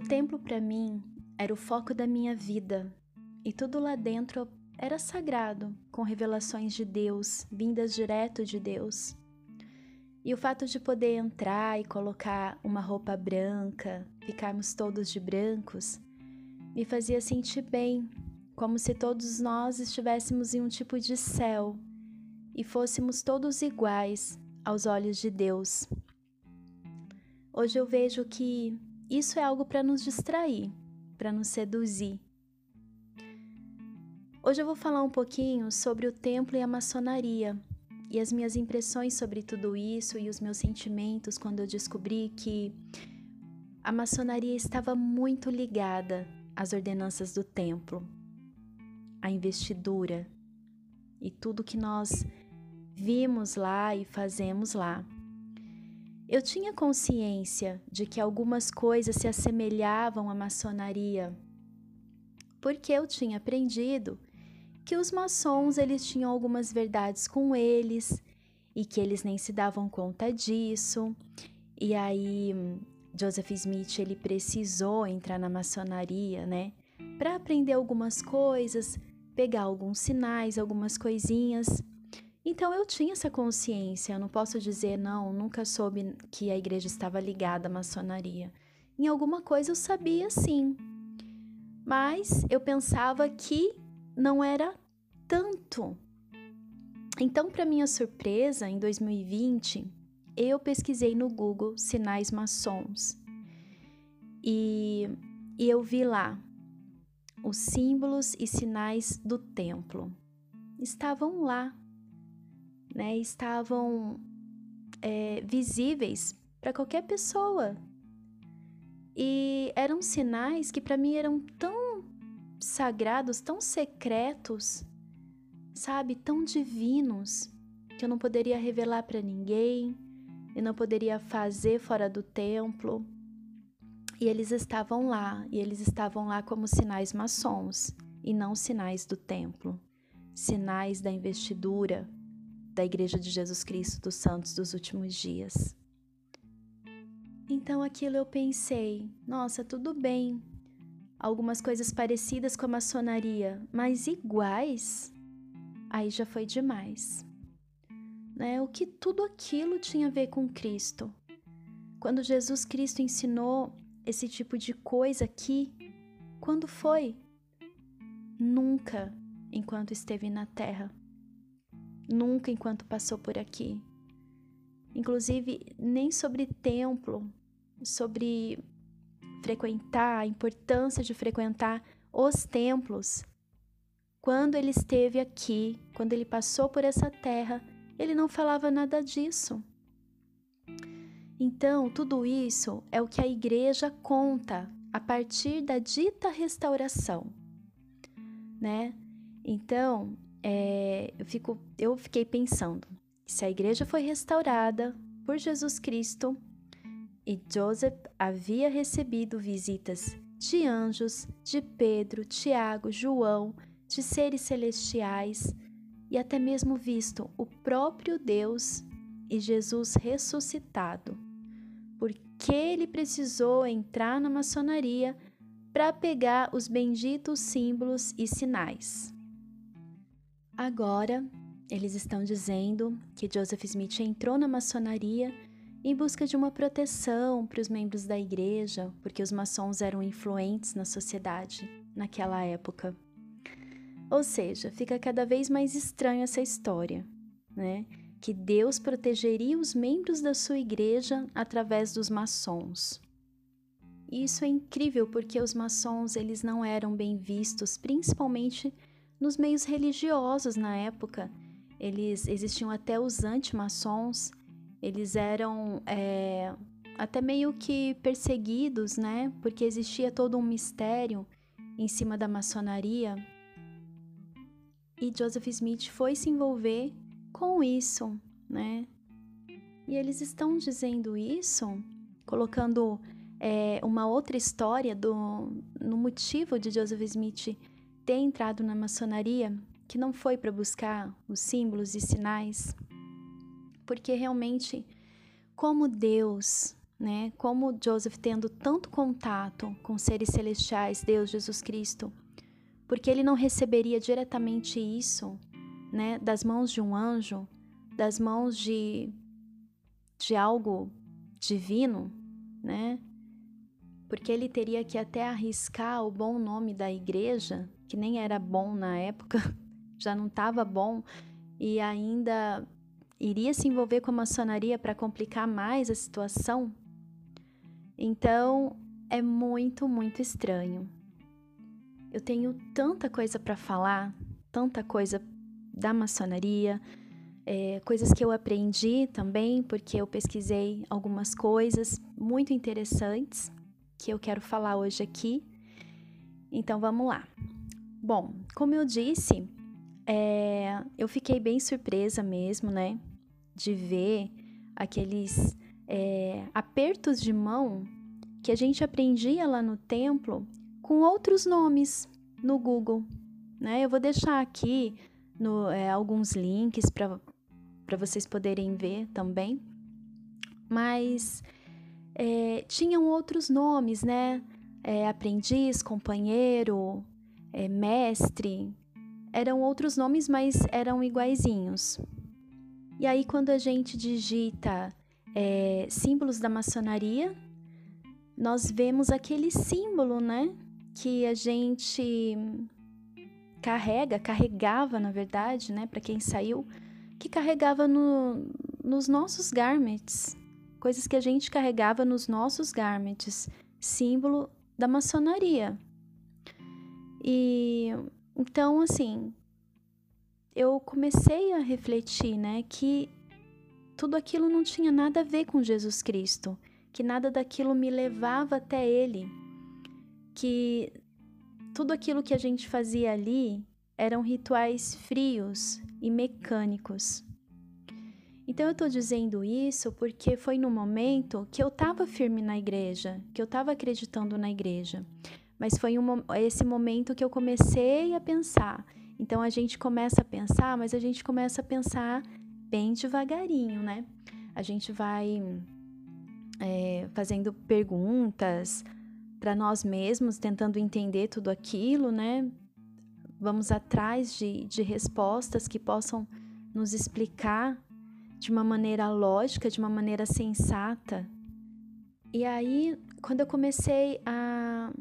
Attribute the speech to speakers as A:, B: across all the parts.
A: templo para mim era o foco da minha vida e tudo lá dentro era sagrado, com revelações de Deus, vindas direto de Deus. E o fato de poder entrar e colocar uma roupa branca, ficarmos todos de brancos, me fazia sentir bem, como se todos nós estivéssemos em um tipo de céu e fôssemos todos iguais aos olhos de Deus. Hoje eu vejo que isso é algo para nos distrair, para nos seduzir. Hoje eu vou falar um pouquinho sobre o templo e a maçonaria e as minhas impressões sobre tudo isso e os meus sentimentos quando eu descobri que a maçonaria estava muito ligada às ordenanças do templo, à investidura e tudo que nós vimos lá e fazemos lá. Eu tinha consciência de que algumas coisas se assemelhavam à maçonaria, porque eu tinha aprendido que os maçons eles tinham algumas verdades com eles e que eles nem se davam conta disso. E aí Joseph Smith ele precisou entrar na maçonaria, né, para aprender algumas coisas, pegar alguns sinais, algumas coisinhas. Então eu tinha essa consciência, eu não posso dizer não, nunca soube que a igreja estava ligada à maçonaria. Em alguma coisa eu sabia sim, mas eu pensava que não era tanto. Então, para minha surpresa, em 2020, eu pesquisei no Google sinais maçons e eu vi lá os símbolos e sinais do templo. Estavam lá, né? Estavam visíveis para qualquer pessoa. E eram sinais que para mim eram tão sagrados, tão secretos, sabe? Tão divinos, que eu não poderia revelar para ninguém, eu não poderia fazer fora do templo. E eles estavam lá como sinais maçons e não sinais do templo, sinais da investidura da Igreja de Jesus Cristo dos Santos dos Últimos Dias. Então aquilo eu pensei, nossa, tudo bem, algumas coisas parecidas com a maçonaria, mas iguais, aí já foi demais, né? O que tudo aquilo tinha a ver com Cristo? Quando Jesus Cristo ensinou esse tipo de coisa aqui, quando foi? Nunca enquanto esteve na Terra. Nunca enquanto passou por aqui. Inclusive, nem sobre templo, sobre frequentar, a importância de frequentar os templos. Quando ele esteve aqui, quando ele passou por essa terra, ele não falava nada disso. Então, tudo isso é o que a igreja conta a partir da dita restauração, né? Então, eu fiquei pensando, se a igreja foi restaurada por Jesus Cristo e Joseph havia recebido visitas de anjos, de Pedro, Tiago, João, de seres celestiais e até mesmo visto o próprio Deus e Jesus ressuscitado, por que ele precisou entrar na maçonaria para pegar os benditos símbolos e sinais? Agora, eles estão dizendo que Joseph Smith entrou na maçonaria em busca de uma proteção para os membros da igreja, porque os maçons eram influentes na sociedade naquela época. Ou seja, fica cada vez mais estranho essa história, né? Que Deus protegeria os membros da sua igreja através dos maçons. E isso é incrível porque os maçons eles não eram bem vistos, principalmente nos meios religiosos na época. Existiam até os anti-maçons, eles eram até meio que perseguidos, né? Porque existia todo um mistério em cima da maçonaria. E Joseph Smith foi se envolver com isso, né? E eles estão dizendo isso, colocando uma outra história no motivo de Joseph Smith ter entrado na maçonaria, que não foi para buscar os símbolos e sinais, porque realmente, como Deus, né? Como Joseph tendo tanto contato com seres celestiais, Deus, Jesus Cristo, porque ele não receberia diretamente isso, né, das mãos de um anjo, das mãos de algo divino, né? Porque ele teria que até arriscar o bom nome da igreja, que nem era bom na época, já não estava bom, e ainda iria se envolver com a maçonaria para complicar mais a situação. Então, é muito, muito estranho. Eu tenho tanta coisa para falar, tanta coisa da maçonaria, coisas que eu aprendi também, porque eu pesquisei algumas coisas muito interessantes que eu quero falar hoje aqui. Então, vamos lá. Bom, como eu disse, eu fiquei bem surpresa mesmo, né, de ver aqueles apertos de mão que a gente aprendia lá no templo com outros nomes no Google, né? Eu vou deixar aqui alguns links para vocês poderem ver também, mas tinham outros nomes, né? Aprendiz, companheiro, mestre, eram outros nomes, mas eram iguaizinhos. E aí, quando a gente digita símbolos da maçonaria, nós vemos aquele símbolo, né? Que a gente carregava, na verdade, né? Para quem saiu, que carregava nos nossos garments, coisas que a gente carregava nos nossos garments, símbolo da maçonaria. E então, assim, eu comecei a refletir, né, que tudo aquilo não tinha nada a ver com Jesus Cristo, que nada daquilo me levava até Ele, que tudo aquilo que a gente fazia ali eram rituais frios e mecânicos. Então eu estou dizendo isso porque foi no momento que eu estava firme na igreja, que eu estava acreditando na igreja, mas foi esse momento que eu comecei a pensar. Então a gente começa a pensar, mas a gente começa a pensar bem devagarinho, né? A gente vai fazendo perguntas para nós mesmos, tentando entender tudo aquilo, né? Vamos atrás de respostas que possam nos explicar de uma maneira lógica, de uma maneira sensata. E aí, quando eu comecei a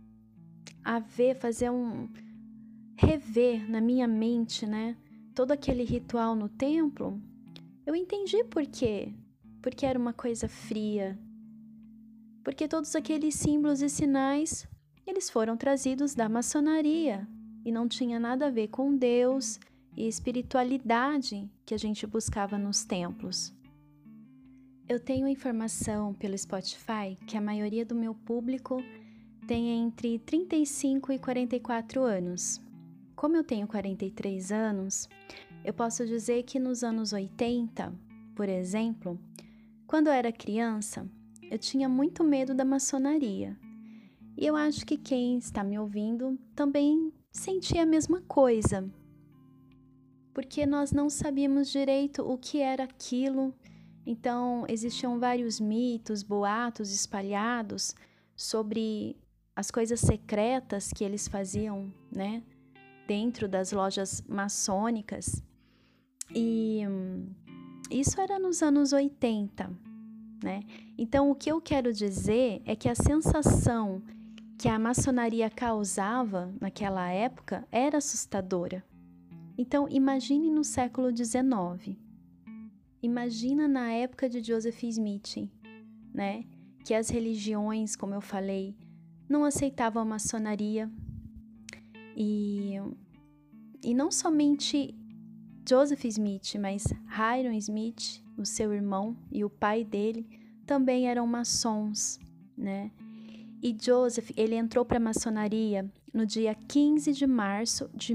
A: rever na minha mente, né, todo aquele ritual no templo, eu entendi por quê. Porque era uma coisa fria. Porque todos aqueles símbolos e sinais, eles foram trazidos da maçonaria e não tinha nada a ver com Deus e espiritualidade que a gente buscava nos templos. Eu tenho informação pelo Spotify que a maioria do meu público tem entre 35 e 44 anos. Como eu tenho 43 anos, eu posso dizer que nos anos 80, por exemplo, quando eu era criança, eu tinha muito medo da maçonaria. E eu acho que quem está me ouvindo também sentia a mesma coisa. Porque nós não sabíamos direito o que era aquilo. Então, existiam vários mitos, boatos espalhados sobre as coisas secretas que eles faziam, né, dentro das lojas maçônicas. E isso era nos anos 80, né? Então, o que eu quero dizer é que a sensação que a maçonaria causava naquela época era assustadora. Então, imagine no século XIX. Imagina na época de Joseph Smith, né? Que as religiões, como eu falei, não aceitavam a maçonaria. E não somente Joseph Smith, mas Hyrum Smith, o seu irmão e o pai dele, também eram maçons, né? E Joseph, ele entrou para a maçonaria no dia 15 de março de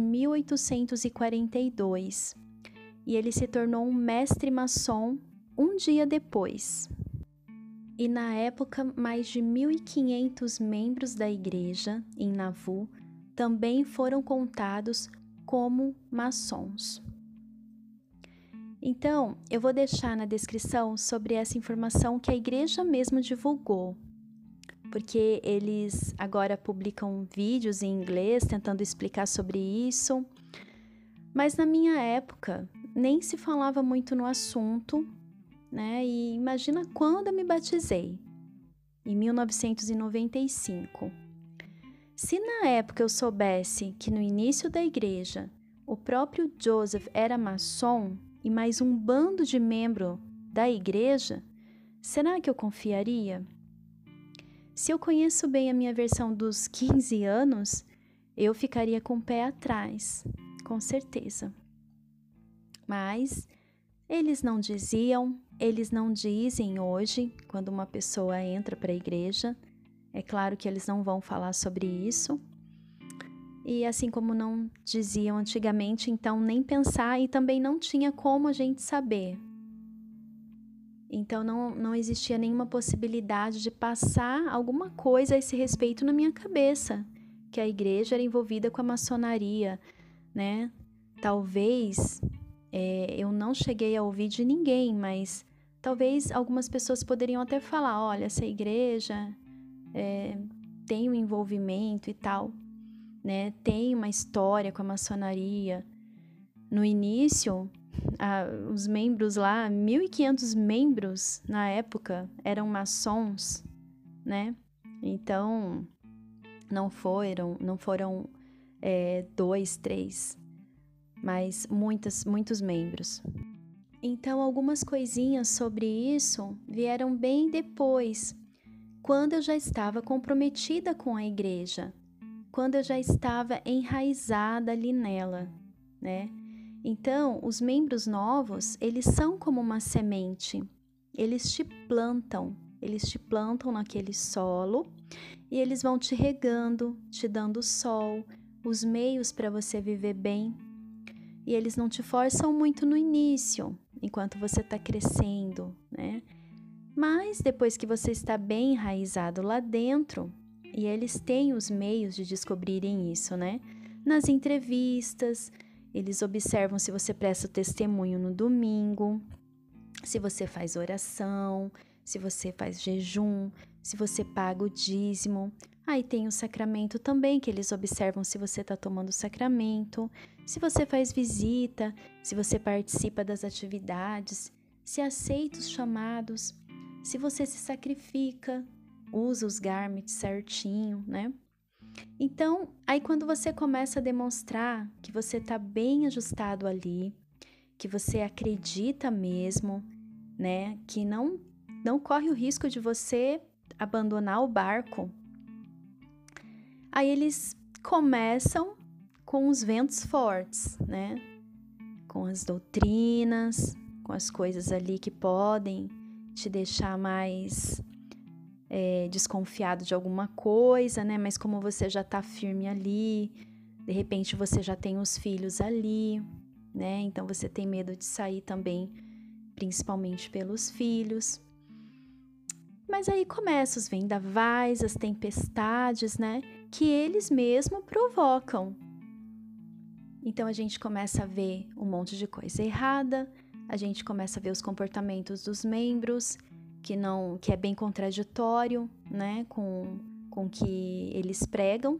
A: 1842. E ele se tornou um mestre maçom um dia depois. E na época, mais de 1.500 membros da igreja em Nauvoo também foram contados como maçons. Então, eu vou deixar na descrição sobre essa informação que a igreja mesmo divulgou, porque eles agora publicam vídeos em inglês tentando explicar sobre isso, mas na minha época nem se falava muito no assunto, né? E imagina quando eu me batizei, em 1995. Se na época eu soubesse que no início da igreja o próprio Joseph era maçom e mais um bando de membros da igreja, será que eu confiaria? Se eu conheço bem a minha versão dos 15 anos, eu ficaria com o pé atrás, com certeza. Mas eles não diziam, eles não dizem hoje, quando uma pessoa entra para a igreja. É claro que eles não vão falar sobre isso. E assim como não diziam antigamente, então nem pensar e também não tinha como a gente saber. Então não existia nenhuma possibilidade de passar alguma coisa a esse respeito na minha cabeça, que a igreja era envolvida com a maçonaria, né? Talvez eu não cheguei a ouvir de ninguém, mas talvez algumas pessoas poderiam até falar, olha, essa igreja tem um envolvimento e tal, né? Tem uma história com a maçonaria. No início, os membros lá, 1.500 membros na época, eram maçons, né? Então, não foram 2, 3, mas muitos membros. Então, algumas coisinhas sobre isso vieram bem depois, quando eu já estava comprometida com a igreja, quando eu já estava enraizada ali nela, né? Então, os membros novos, eles são como uma semente, eles te plantam naquele solo e eles vão te regando, te dando sol, os meios para você viver bem. E eles não te forçam muito no início, enquanto você está crescendo, né? Mas depois que você está bem enraizado lá dentro, e eles têm os meios de descobrirem isso, né? Nas entrevistas, eles observam se você presta testemunho no domingo, se você faz oração, se você faz jejum, se você paga o dízimo. Aí tem o sacramento também, que eles observam se você está tomando o sacramento, se você faz visita, se você participa das atividades, se aceita os chamados, se você se sacrifica, usa os garments certinho, né? Então, aí quando você começa a demonstrar que você está bem ajustado ali, que você acredita mesmo, né? Que não corre o risco de você abandonar o barco, aí eles começam com os ventos fortes, né? Com as doutrinas, com as coisas ali que podem te deixar mais desconfiado de alguma coisa, né? Mas como você já tá firme ali, de repente você já tem os filhos ali, né? Então você tem medo de sair também, principalmente pelos filhos. Mas aí começam os vendavais, as tempestades, né? Que eles mesmos provocam. Então a gente começa a ver um monte de coisa errada, a gente começa a ver os comportamentos dos membros, que é bem contraditório, né, com o que eles pregam.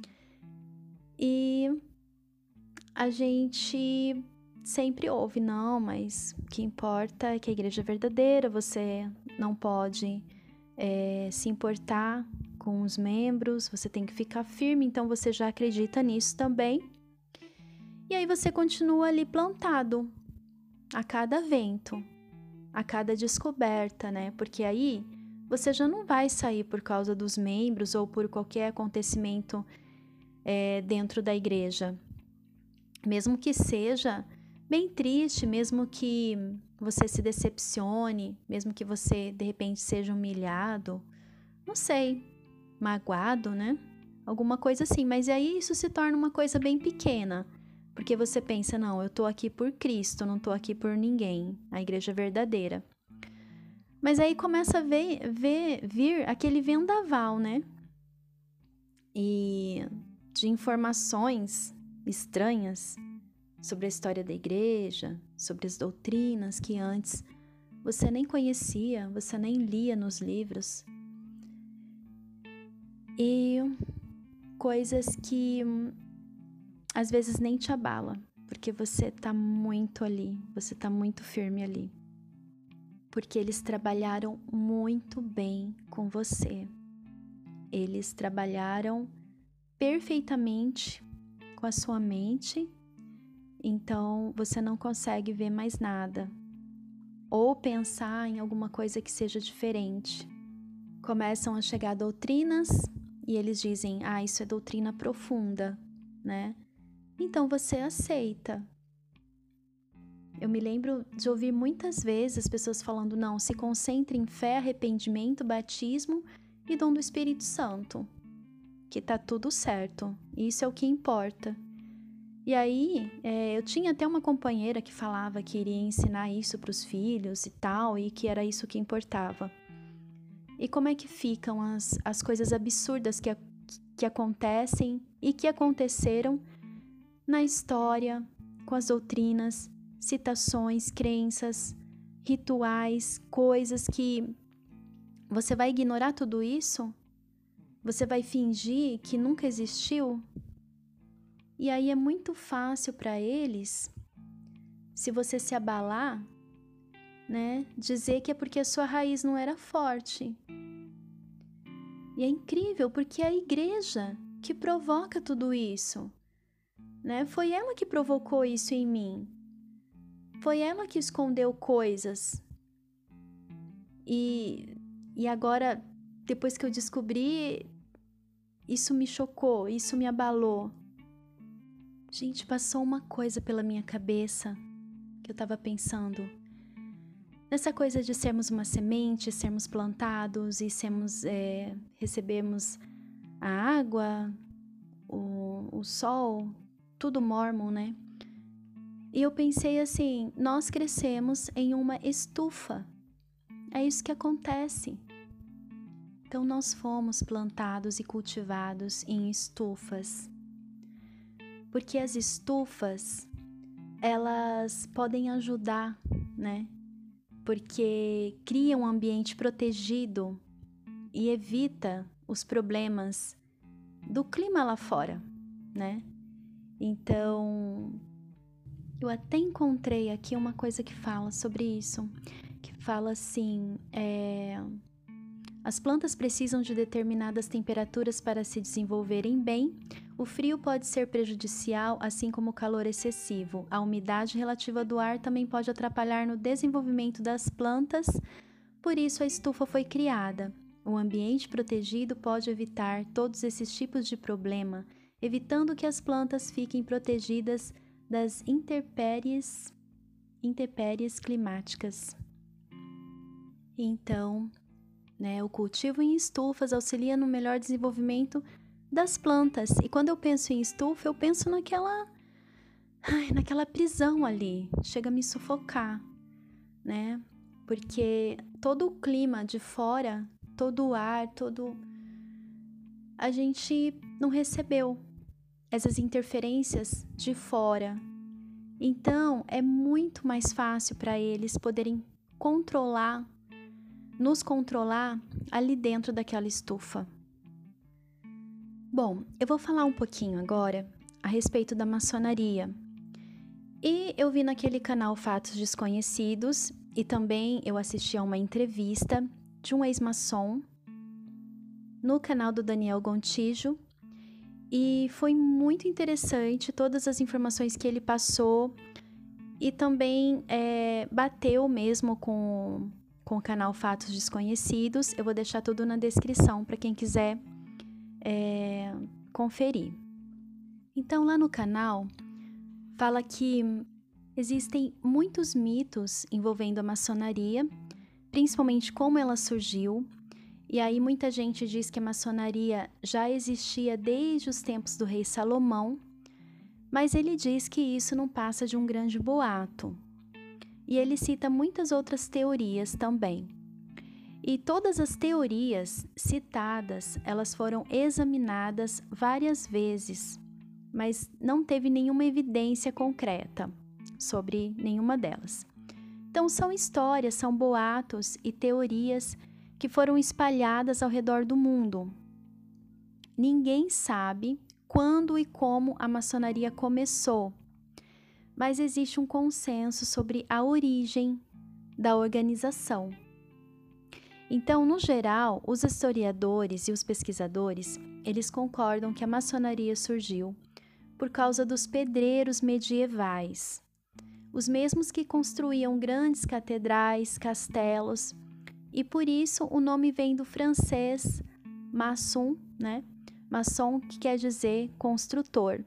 A: E a gente sempre ouve, não, mas o que importa é que a igreja é verdadeira, você não pode se importar com os membros, você tem que ficar firme, então você já acredita nisso também. E aí você continua ali plantado a cada vento, a cada descoberta, né? Porque aí você já não vai sair por causa dos membros ou por qualquer acontecimento dentro da igreja. Mesmo que seja bem triste, mesmo que você se decepcione, mesmo que você de repente seja humilhado, não sei, magoado, né? Alguma coisa assim, mas aí isso se torna uma coisa bem pequena. Porque você pensa, não, eu tô aqui por Cristo, não tô aqui por ninguém, a igreja é verdadeira. Mas aí começa a vir aquele vendaval, né? E de informações estranhas sobre a história da igreja, sobre as doutrinas que antes você nem conhecia, você nem lia nos livros. E coisas que às vezes nem te abala, porque você tá muito ali, você tá muito firme ali. Porque eles trabalharam muito bem com você. Eles trabalharam perfeitamente com a sua mente, então você não consegue ver mais nada ou pensar em alguma coisa que seja diferente. Começam a chegar doutrinas e eles dizem, isso é doutrina profunda, né? Então você aceita. Eu me lembro de ouvir muitas vezes as pessoas falando, não, se concentre em fé, arrependimento, batismo e dom do Espírito Santo, que tá tudo certo, isso é o que importa. E aí, eu tinha até uma companheira que falava que iria ensinar isso para os filhos e tal, e que era isso que importava. E como é que ficam as coisas absurdas que acontecem e que aconteceram na história, com as doutrinas, citações, crenças, rituais, coisas que você vai ignorar tudo isso? Você vai fingir que nunca existiu? E aí é muito fácil para eles, se você se abalar, né, dizer que é porque a sua raiz não era forte. E é incrível, porque é a igreja que provoca tudo isso, né? Foi ela que provocou isso em mim. Foi ela que escondeu coisas. E agora, depois que eu descobri, isso me chocou, isso me abalou. Gente, passou uma coisa pela minha cabeça que eu tava pensando. Nessa coisa de sermos uma semente, sermos plantados e recebemos a água, o sol, tudo mórmon, né? E eu pensei assim, nós crescemos em uma estufa. É isso que acontece. Então nós fomos plantados e cultivados em estufas. Porque as estufas, elas podem ajudar, né? Porque cria um ambiente protegido e evita os problemas do clima lá fora, né? Então, eu até encontrei aqui uma coisa que fala sobre isso, que fala assim, as plantas precisam de determinadas temperaturas para se desenvolverem bem. O frio pode ser prejudicial, assim como o calor excessivo. A umidade relativa do ar também pode atrapalhar no desenvolvimento das plantas, por isso a estufa foi criada. O ambiente protegido pode evitar todos esses tipos de problema, evitando que as plantas fiquem protegidas das intempéries climáticas. Então, o cultivo em estufas auxilia no melhor desenvolvimento das plantas. E quando eu penso em estufa, eu penso naquela prisão ali. Chega a me sufocar, né? Porque todo o clima de fora, todo o ar, a gente não recebeu essas interferências de fora. Então, é muito mais fácil para eles poderem nos controlar ali dentro daquela estufa. Bom, eu vou falar um pouquinho agora a respeito da maçonaria. E eu vi naquele canal Fatos Desconhecidos e também eu assisti a uma entrevista de um ex-maçom no canal do Daniel Gontijo e foi muito interessante todas as informações que ele passou e também bateu mesmo com o canal Fatos Desconhecidos. Eu vou deixar tudo na descrição para quem quiser conferir. Então, lá no canal, fala que existem muitos mitos envolvendo a maçonaria, principalmente como ela surgiu. E aí muita gente diz que a maçonaria já existia desde os tempos do rei Salomão, mas ele diz que isso não passa de um grande boato. E ele cita muitas outras teorias também. E todas as teorias citadas, elas foram examinadas várias vezes mas não teve nenhuma evidência concreta sobre nenhuma delas. Então, são histórias, são boatos e teorias que foram espalhadas ao redor do mundo. Ninguém sabe quando e como a maçonaria começou, mas existe um consenso sobre a origem da organização. Então, no geral, os historiadores e os pesquisadores, eles concordam que a maçonaria surgiu por causa dos pedreiros medievais, os mesmos que construíam grandes catedrais, castelos, e por isso o nome vem do francês maçon, né? Maçom, que quer dizer construtor.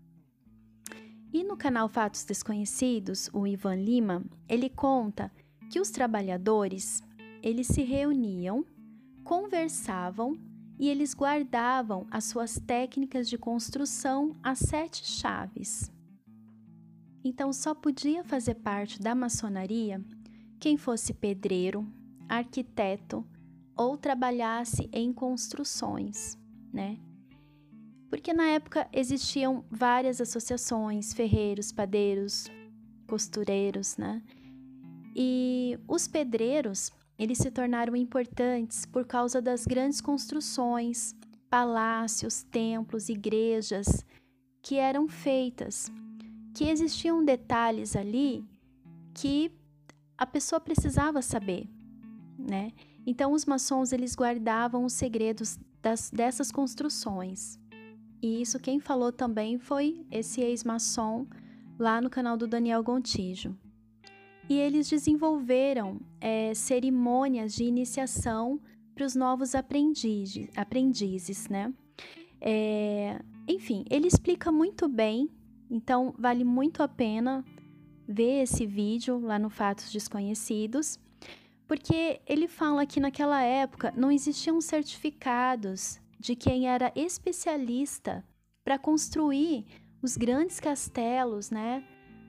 A: E no canal Fatos Desconhecidos, o Ivan Lima, ele conta que os trabalhadores, eles se reuniam, conversavam e eles guardavam as suas técnicas de construção às 7 chaves. Então, só podia fazer parte da maçonaria quem fosse pedreiro, arquiteto ou trabalhasse em construções, né? Porque na época existiam várias associações, ferreiros, padeiros, costureiros, né? E os pedreiros, eles se tornaram importantes por causa das grandes construções, palácios, templos, igrejas que eram feitas, que existiam detalhes ali que a pessoa precisava saber, né? Então, os maçons, eles guardavam os segredos dessas construções. E isso quem falou também foi esse ex-maçom lá no canal do Daniel Gontijo. E eles desenvolveram cerimônias de iniciação para os novos aprendizes, né? Enfim, ele explica muito bem, então vale muito a pena ver esse vídeo lá no Fatos Desconhecidos, porque ele fala que naquela época não existiam certificados de quem era especialista para construir os grandes castelos, né?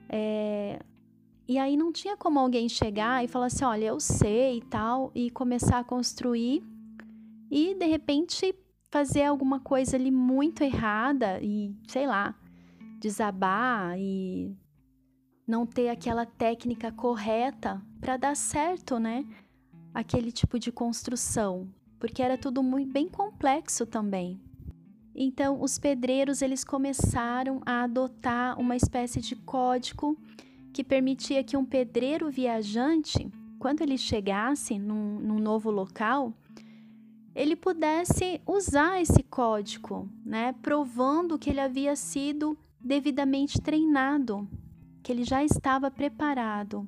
A: E aí não tinha como alguém chegar e falar assim, olha, eu sei e tal, e começar a construir e, de repente, fazer alguma coisa ali muito errada e, sei lá, desabar e não ter aquela técnica correta para dar certo, né? Aquele tipo de construção, porque era tudo muito, bem complexo também. Então, os pedreiros, eles começaram a adotar uma espécie de código que permitia que um pedreiro viajante, quando ele chegasse num novo local, ele pudesse usar esse código, né? Provando que ele havia sido devidamente treinado, que ele já estava preparado.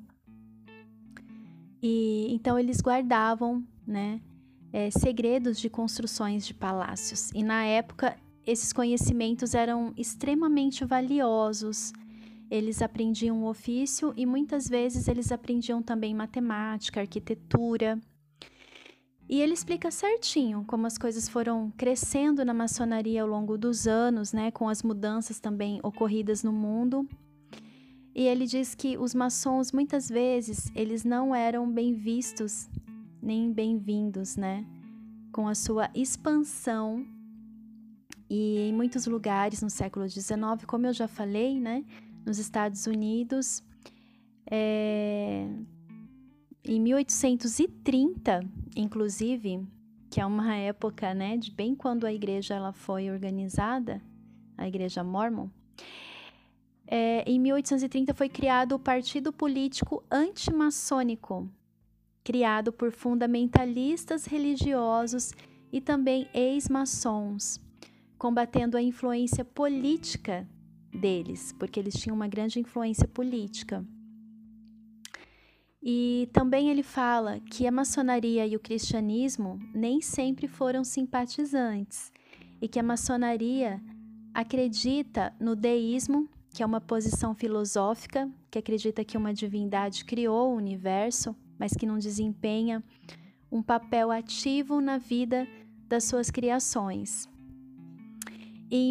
A: E então eles guardavam, né, segredos de construções de palácios. E na época, esses conhecimentos eram extremamente valiosos. Eles aprendiam o ofício e muitas vezes eles aprendiam também matemática, arquitetura. E ele explica certinho como as coisas foram crescendo na maçonaria ao longo dos anos, né, com as mudanças também ocorridas no mundo. E ele diz que os maçons, muitas vezes, eles não eram bem vistos, nem bem-vindos, né, com a sua expansão. E em muitos lugares no século XIX, como eu já falei, né, nos Estados Unidos, em 1830, inclusive, que é uma época, né, de bem quando a igreja ela foi organizada, a igreja mórmon, em 1830 foi criado o Partido Político Antimaçônico, criado por fundamentalistas religiosos e também ex-maçons, combatendo a influência política deles, porque eles tinham uma grande influência política. E também ele fala que a maçonaria e o cristianismo nem sempre foram simpatizantes e que a maçonaria acredita no deísmo, que é uma posição filosófica que acredita que uma divindade criou o universo, mas que não desempenha um papel ativo na vida das suas criações. Em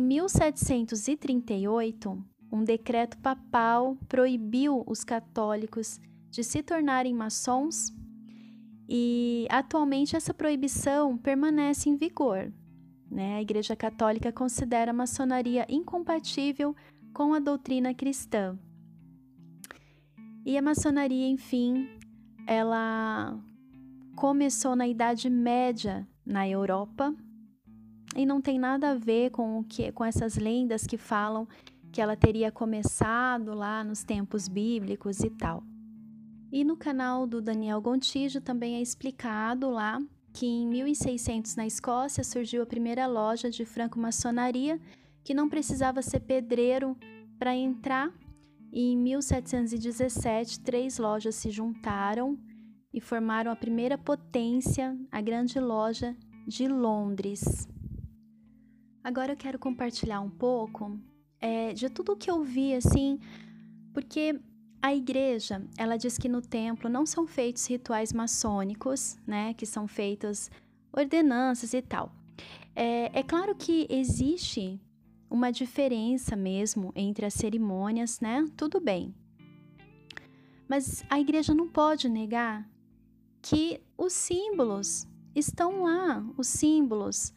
A: 1738, um decreto papal proibiu os católicos de se tornarem maçons e atualmente essa proibição permanece em vigor. né? A Igreja Católica considera a maçonaria incompatível com a doutrina cristã. E a maçonaria, enfim, ela começou na Idade Média na Europa e não tem nada a ver com essas lendas que falam que ela teria começado lá nos tempos bíblicos e tal. E no canal do Daniel Gontijo também é explicado lá que em 1600 na Escócia surgiu a primeira loja de franco-maçonaria, que não precisava ser pedreiro para entrar. E em 1717, 3 lojas se juntaram e formaram a primeira potência, a Grande Loja de Londres. Agora eu quero compartilhar um pouco de tudo o que eu vi, assim, porque a igreja, ela diz que no templo não são feitos rituais maçônicos, né, que são feitas ordenanças e tal. É claro que existe uma diferença mesmo entre as cerimônias, né, tudo bem. Mas a igreja não pode negar que os símbolos estão lá, os símbolos,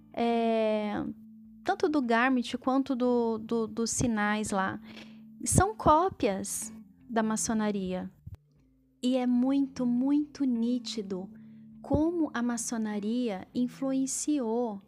A: tanto do Garment quanto dos sinais lá, são cópias da maçonaria. E é muito, muito nítido como a maçonaria influenciou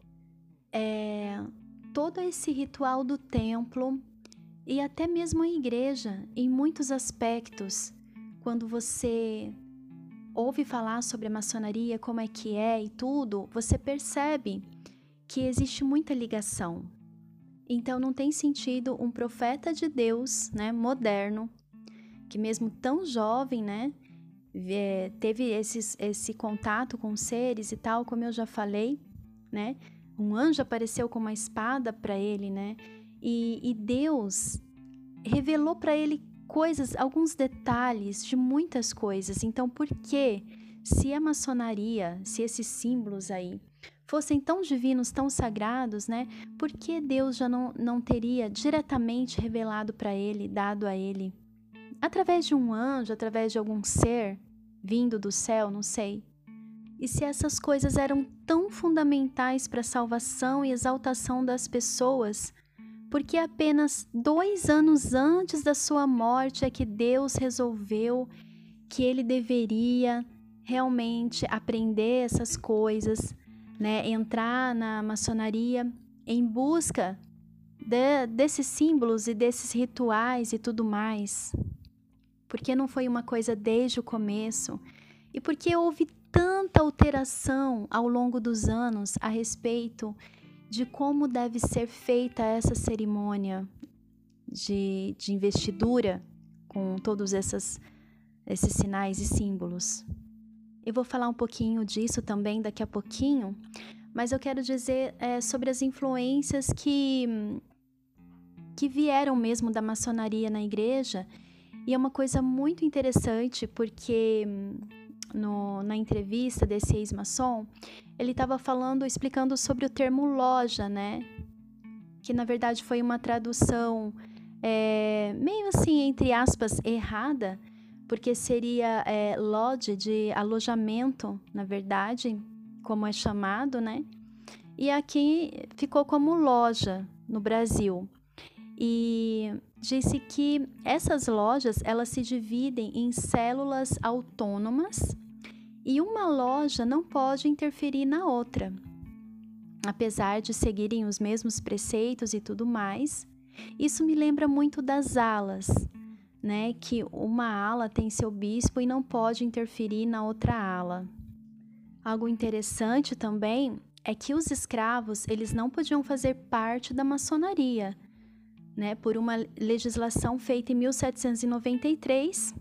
A: todo esse ritual do templo e até mesmo a igreja em muitos aspectos. Quando você ouve falar sobre a maçonaria, como é que é e tudo, você percebe que existe muita ligação. Então não tem sentido um profeta de Deus, né, moderno, que mesmo tão jovem, né, teve esse contato com seres e tal, como eu já falei, né, um anjo apareceu com uma espada para ele, né, e Deus revelou para ele coisas, alguns detalhes de muitas coisas. Então, por que, se a maçonaria, se esses símbolos aí fossem tão divinos, tão sagrados, né, por que Deus já não teria diretamente revelado para ele, dado a ele, através de um anjo, através de algum ser vindo do céu, não sei. E se essas coisas eram tão fundamentais para a salvação e exaltação das pessoas, porque apenas 2 anos antes da sua morte é que Deus resolveu que ele deveria realmente aprender essas coisas, né? Entrar na maçonaria em busca desses símbolos e desses rituais e tudo mais. Porque não foi uma coisa desde o começo e porque houve tanta alteração ao longo dos anos a respeito de como deve ser feita essa cerimônia de investidura com todos esses sinais e símbolos. Eu vou falar um pouquinho disso também daqui a pouquinho, mas eu quero dizer sobre as influências que vieram mesmo da maçonaria na igreja. E é uma coisa muito interessante porque na entrevista desse ex-maçom, ele estava explicando sobre o termo loja, né? Que na verdade foi uma tradução meio assim, entre aspas, errada, porque seria lodge, de alojamento, na verdade, como é chamado, né? E aqui ficou como loja no Brasil. E disse que essas lojas, elas se dividem em células autônomas e uma loja não pode interferir na outra. Apesar de seguirem os mesmos preceitos e tudo mais, isso me lembra muito das alas, né? Que uma ala tem seu bispo e não pode interferir na outra ala. Algo interessante também é que os escravos, eles não podiam fazer parte da maçonaria, né? Por uma legislação feita em 1793,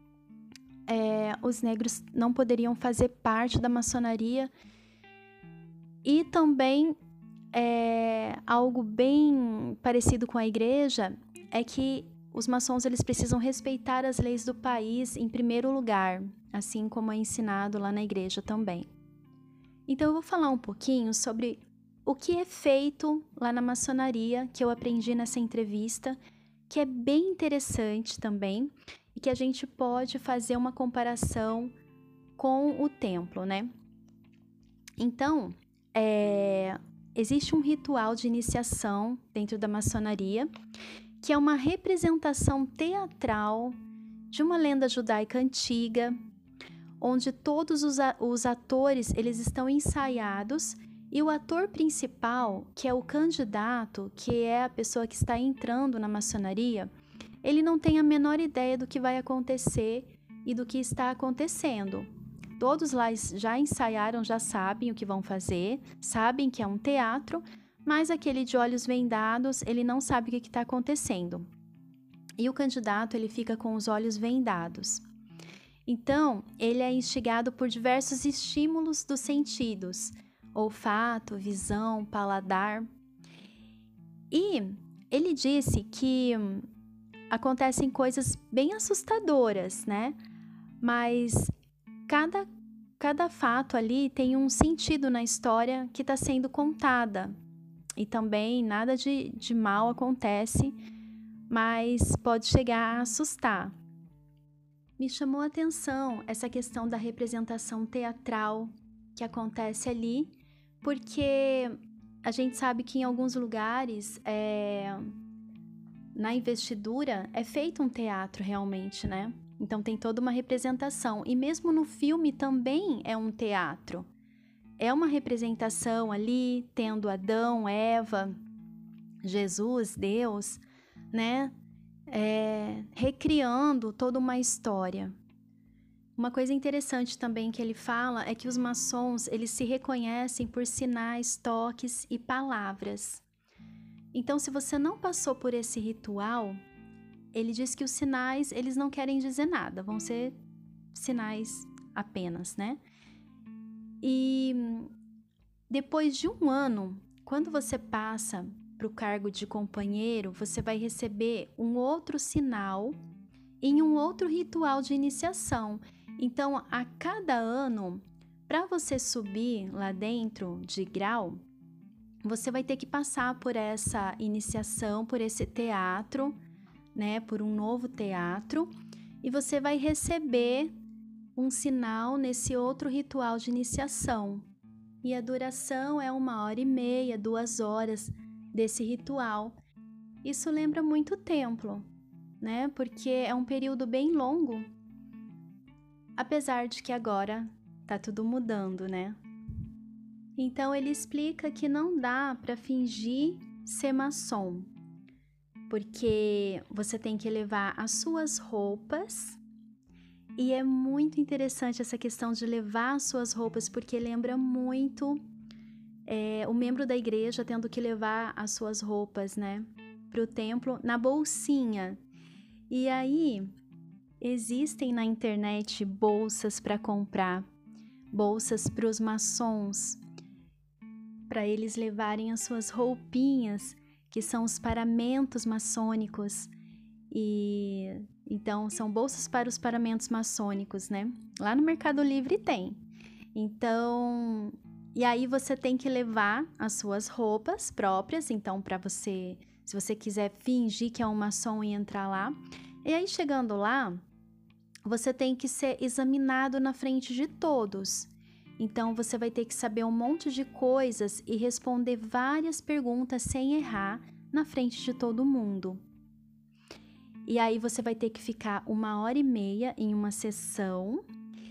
A: os negros não poderiam fazer parte da maçonaria. E também algo bem parecido com a igreja é que os maçons, eles precisam respeitar as leis do país em primeiro lugar, assim como é ensinado lá na igreja também. Então eu vou falar um pouquinho sobre o que é feito lá na maçonaria, que eu aprendi nessa entrevista, que é bem interessante também, e que a gente pode fazer uma comparação com o templo, né? Então, existe um ritual de iniciação dentro da maçonaria, que é uma representação teatral de uma lenda judaica antiga, onde todos os atores eles estão ensaiados e o ator principal, que é o candidato, que é a pessoa que está entrando na maçonaria, ele não tem a menor ideia do que vai acontecer e do que está acontecendo. Todos lá já ensaiaram, já sabem o que vão fazer, sabem que é um teatro, mas aquele de olhos vendados, ele não sabe o que está acontecendo. E o candidato, ele fica com os olhos vendados. Então, ele é instigado por diversos estímulos dos sentidos, olfato, visão, paladar. E ele disse que acontecem coisas bem assustadoras, né? Mas cada fato ali tem um sentido na história que está sendo contada. E também nada de mal acontece, mas pode chegar a assustar. Me chamou a atenção essa questão da representação teatral que acontece ali, porque a gente sabe que em alguns lugares, na investidura, é feito um teatro realmente, né? Então tem toda uma representação. E mesmo no filme também é um teatro. É uma representação ali, tendo Adão, Eva, Jesus, Deus, né? Recriando toda uma história. Uma coisa interessante também que ele fala é que os maçons, eles se reconhecem por sinais, toques e palavras. Então, se você não passou por esse ritual, ele diz que os sinais, eles não querem dizer nada, vão ser sinais apenas, né? E depois de um ano, quando você passa para o cargo de companheiro, você vai receber um outro sinal em um outro ritual de iniciação. Então, a cada ano, para você subir lá dentro de grau, você vai ter que passar por essa iniciação, por esse teatro, né, por um novo teatro, e você vai receber um sinal nesse outro ritual de iniciação. E a duração é 1h30, 2 horas desse ritual. Isso lembra muito o templo, né? Porque é um período bem longo, apesar de que agora tá tudo mudando, né? Então ele explica que não dá para fingir ser maçom, porque você tem que levar as suas roupas. E é muito interessante essa questão de levar as suas roupas, porque lembra muito o membro da igreja tendo que levar as suas roupas, né, para o templo na bolsinha. E aí, existem na internet bolsas para comprar, bolsas para os maçons, para eles levarem as suas roupinhas, que são os paramentos maçônicos. E então são bolsas para os paramentos maçônicos, né? Lá no Mercado Livre tem. Então, e aí você tem que levar as suas roupas próprias, então para você, se você quiser fingir que é um maçom e entrar lá. E aí chegando lá, você tem que ser examinado na frente de todos. Então você vai ter que saber um monte de coisas e responder várias perguntas sem errar na frente de todo mundo. E aí você vai ter que ficar 1h30 em uma sessão.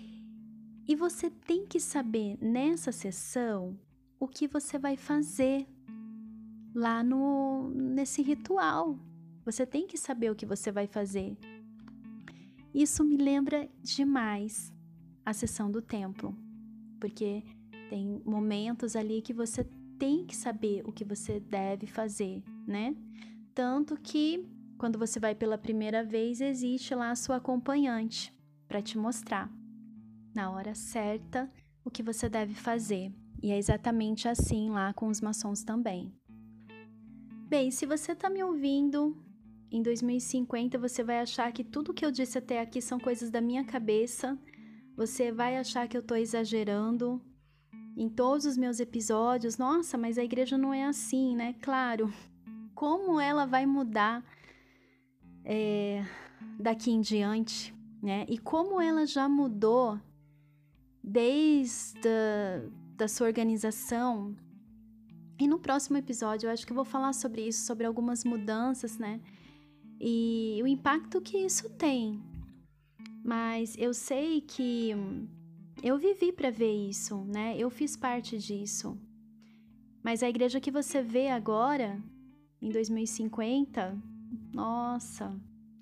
A: E você tem que saber nessa sessão o que você vai fazer lá nesse ritual. Você tem que saber o que você vai fazer. Isso me lembra demais a sessão do templo, porque tem momentos ali que você tem que saber o que você deve fazer, né? Tanto que quando você vai pela primeira vez, existe lá a sua acompanhante para te mostrar, na hora certa, o que você deve fazer. E é exatamente assim lá com os maçons também. Bem, se você está me ouvindo em 2050, você vai achar que tudo que eu disse até aqui são coisas da minha cabeça. Você vai achar que eu estou exagerando em todos os meus episódios. Nossa, mas a igreja não é assim, né? Claro, como ela vai mudar daqui em diante, né? E como ela já mudou desde da sua organização E no próximo episódio eu acho que eu vou falar sobre isso, sobre algumas mudanças, né? E o impacto que isso tem. Mas eu sei que eu vivi para ver isso, né? Eu fiz parte disso. Mas a igreja que você vê agora, em 2050, nossa,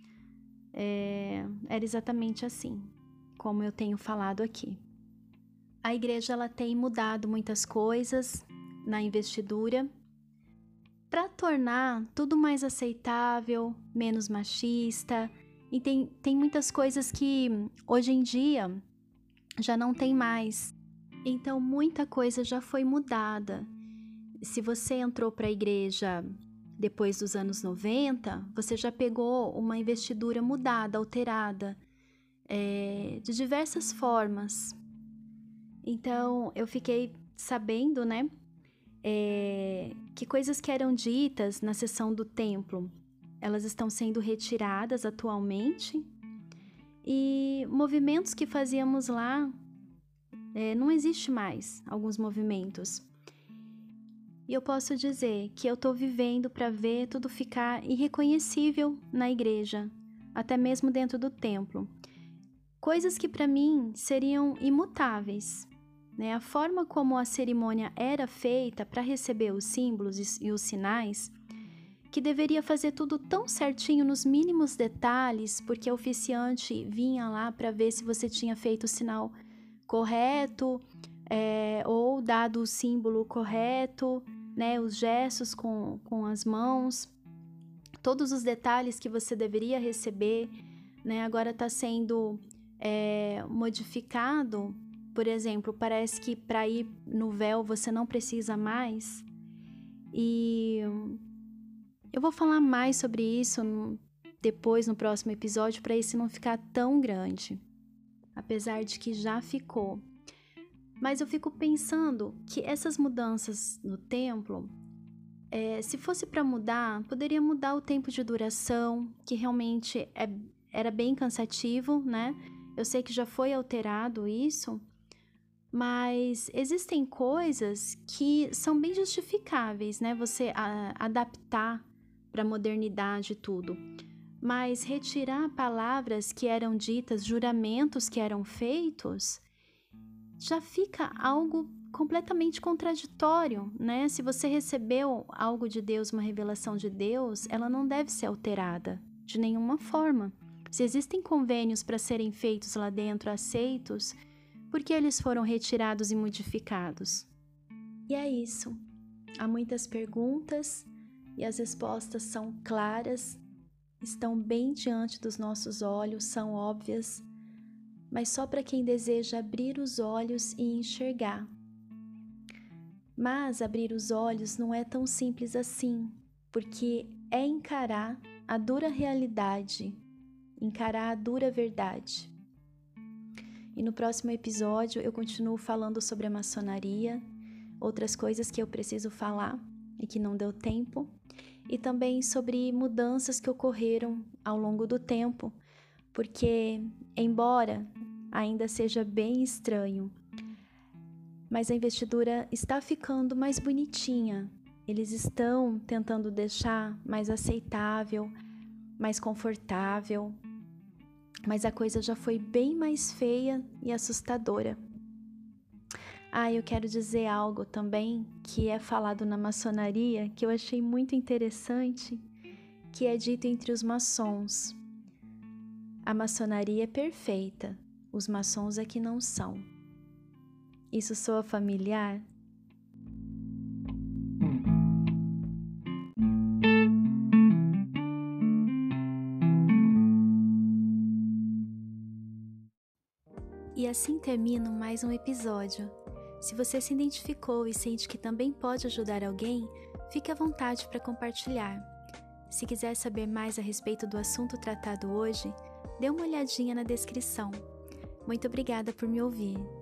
A: era exatamente assim, como eu tenho falado aqui. A igreja ela tem mudado muitas coisas na investidura para tornar tudo mais aceitável, menos machista. E tem muitas coisas que hoje em dia já não tem mais. Então muita coisa já foi mudada. Se você entrou para a igreja depois dos anos 90, você já pegou uma investidura mudada, alterada, de diversas formas. Então, eu fiquei sabendo, né, que coisas que eram ditas na sessão do templo, elas estão sendo retiradas atualmente, e movimentos que fazíamos lá, não existe mais alguns movimentos. E eu posso dizer que eu estou vivendo para ver tudo ficar irreconhecível na igreja, até mesmo dentro do templo. Coisas que para mim seriam imutáveis, né? A forma como a cerimônia era feita para receber os símbolos e os sinais, que deveria fazer tudo tão certinho nos mínimos detalhes, porque o oficiante vinha lá para ver se você tinha feito o sinal correto, ou dado o símbolo correto, né? Os gestos com as mãos, todos os detalhes que você deveria receber, né? Agora está sendo modificado. Por exemplo, parece que para ir no véu você não precisa mais. E eu vou falar mais sobre isso depois, no próximo episódio, para esse não ficar tão grande. Apesar de que já ficou. Mas eu fico pensando que essas mudanças no templo, se fosse para mudar, poderia mudar o tempo de duração, que realmente era bem cansativo, né? Eu sei que já foi alterado isso, mas existem coisas que são bem justificáveis, né? Você adaptar para a modernidade e tudo. Mas retirar palavras que eram ditas, juramentos que eram feitos, já fica algo completamente contraditório, né? Se você recebeu algo de Deus, uma revelação de Deus, ela não deve ser alterada de nenhuma forma. Se existem convênios para serem feitos lá dentro, aceitos, por que eles foram retirados e modificados? E é isso. Há muitas perguntas e as respostas são claras, estão bem diante dos nossos olhos, são óbvias, mas só para quem deseja abrir os olhos e enxergar. Mas abrir os olhos não é tão simples assim, porque é encarar a dura realidade, encarar a dura verdade. E no próximo episódio eu continuo falando sobre a maçonaria, outras coisas que eu preciso falar e que não deu tempo, e também sobre mudanças que ocorreram ao longo do tempo, porque, embora ainda seja bem estranho, mas a investidura está ficando mais bonitinha. Eles estão tentando deixar mais aceitável, mais confortável, mas a coisa já foi bem mais feia e assustadora. Eu quero dizer algo também que é falado na maçonaria, que eu achei muito interessante, que é dito entre os maçons. A maçonaria é perfeita, os maçons é que não são. Isso soa familiar? E assim termino mais um episódio. Se você se identificou e sente que também pode ajudar alguém, fique à vontade para compartilhar. Se quiser saber mais a respeito do assunto tratado hoje, dê uma olhadinha na descrição. Muito obrigada por me ouvir.